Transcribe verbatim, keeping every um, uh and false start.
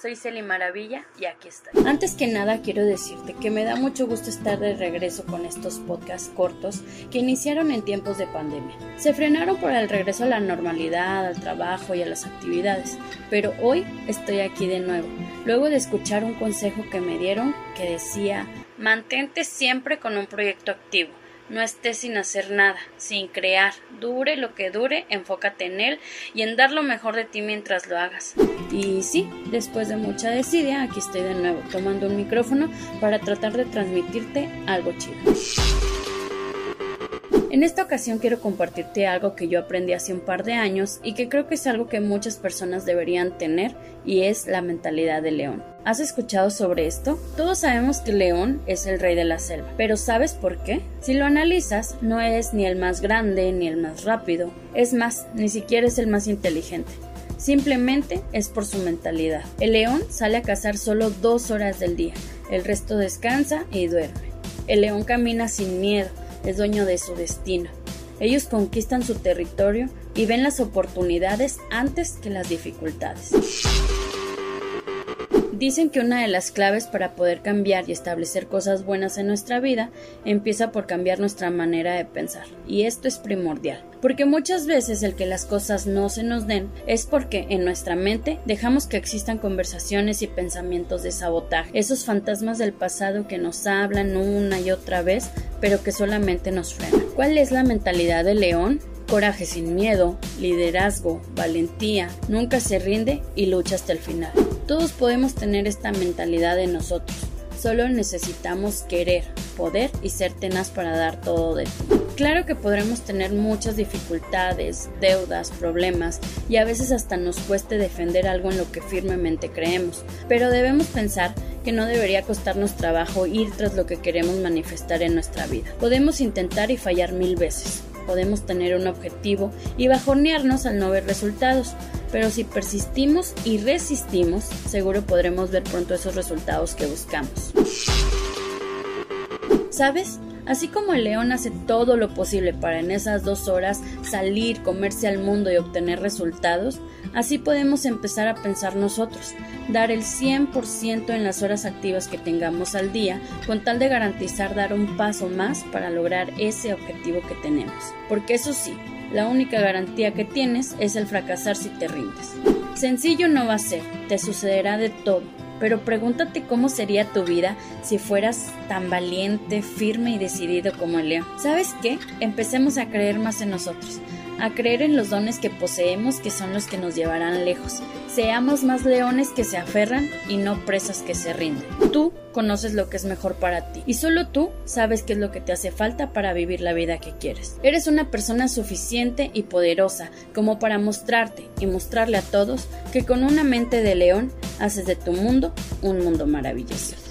soy Celi Maravilla y aquí estoy. Antes que nada quiero decirte que me da mucho gusto estar de regreso con estos podcasts cortos que iniciaron en tiempos de pandemia. Se frenaron por el regreso a la normalidad, al trabajo y a las actividades, pero hoy estoy aquí de nuevo, luego de escuchar un consejo que me dieron que decía: mantente siempre con un proyecto activo. No estés sin hacer nada, sin crear, dure lo que dure, enfócate en él y en dar lo mejor de ti mientras lo hagas. Y sí, después de mucha desidia, aquí estoy de nuevo, tomando un micrófono para tratar de transmitirte algo chido. En esta ocasión quiero compartirte algo que yo aprendí hace un par de años y que creo que es algo que muchas personas deberían tener, y es la mentalidad de león. ¿Has escuchado sobre esto? Todos sabemos que el león es el rey de la selva, pero ¿sabes por qué? Si lo analizas, no es ni el más grande ni el más rápido, es más, ni siquiera es el más inteligente. Simplemente es por su mentalidad. El león sale a cazar solo dos horas del día, el resto descansa y duerme. El león camina sin miedo, es dueño de su destino. Ellos conquistan su territorio y ven las oportunidades antes que las dificultades. Dicen que una de las claves para poder cambiar y establecer cosas buenas en nuestra vida empieza por cambiar nuestra manera de pensar, y esto es primordial, porque muchas veces el que las cosas no se nos den es porque en nuestra mente dejamos que existan conversaciones y pensamientos de sabotaje, esos fantasmas del pasado que nos hablan una y otra vez, pero que solamente nos frenan. ¿Cuál es la mentalidad del león? Coraje sin miedo, liderazgo, valentía, nunca se rinde y lucha hasta el final. Todos podemos tener esta mentalidad en nosotros, solo necesitamos querer, poder y ser tenaz para dar todo de ti. Claro que podremos tener muchas dificultades, deudas, problemas y a veces hasta nos cueste defender algo en lo que firmemente creemos, pero debemos pensar que no debería costarnos trabajo ir tras lo que queremos manifestar en nuestra vida. Podemos intentar y fallar mil veces. Podemos tener un objetivo y bajonearnos al no ver resultados, pero si persistimos y resistimos, seguro podremos ver pronto esos resultados que buscamos. ¿Sabes? Así como el león hace todo lo posible para en esas dos horas salir, comerse al mundo y obtener resultados, así podemos empezar a pensar nosotros, dar el cien por ciento en las horas activas que tengamos al día, con tal de garantizar dar un paso más para lograr ese objetivo que tenemos. Porque eso sí, la única garantía que tienes es el fracasar si te rindes. Sencillo no va a ser, te sucederá de todo. Pero pregúntate cómo sería tu vida si fueras tan valiente, firme y decidido como el león. ¿Sabes qué? Empecemos a creer más en nosotros, a creer en los dones que poseemos, que son los que nos llevarán lejos. Seamos más leones que se aferran y no presas que se rinden. Tú conoces lo que es mejor para ti y solo tú sabes qué es lo que te hace falta para vivir la vida que quieres. Eres una persona suficiente y poderosa como para mostrarte y mostrarle a todos que con una mente de león haces de tu mundo un mundo maravilloso.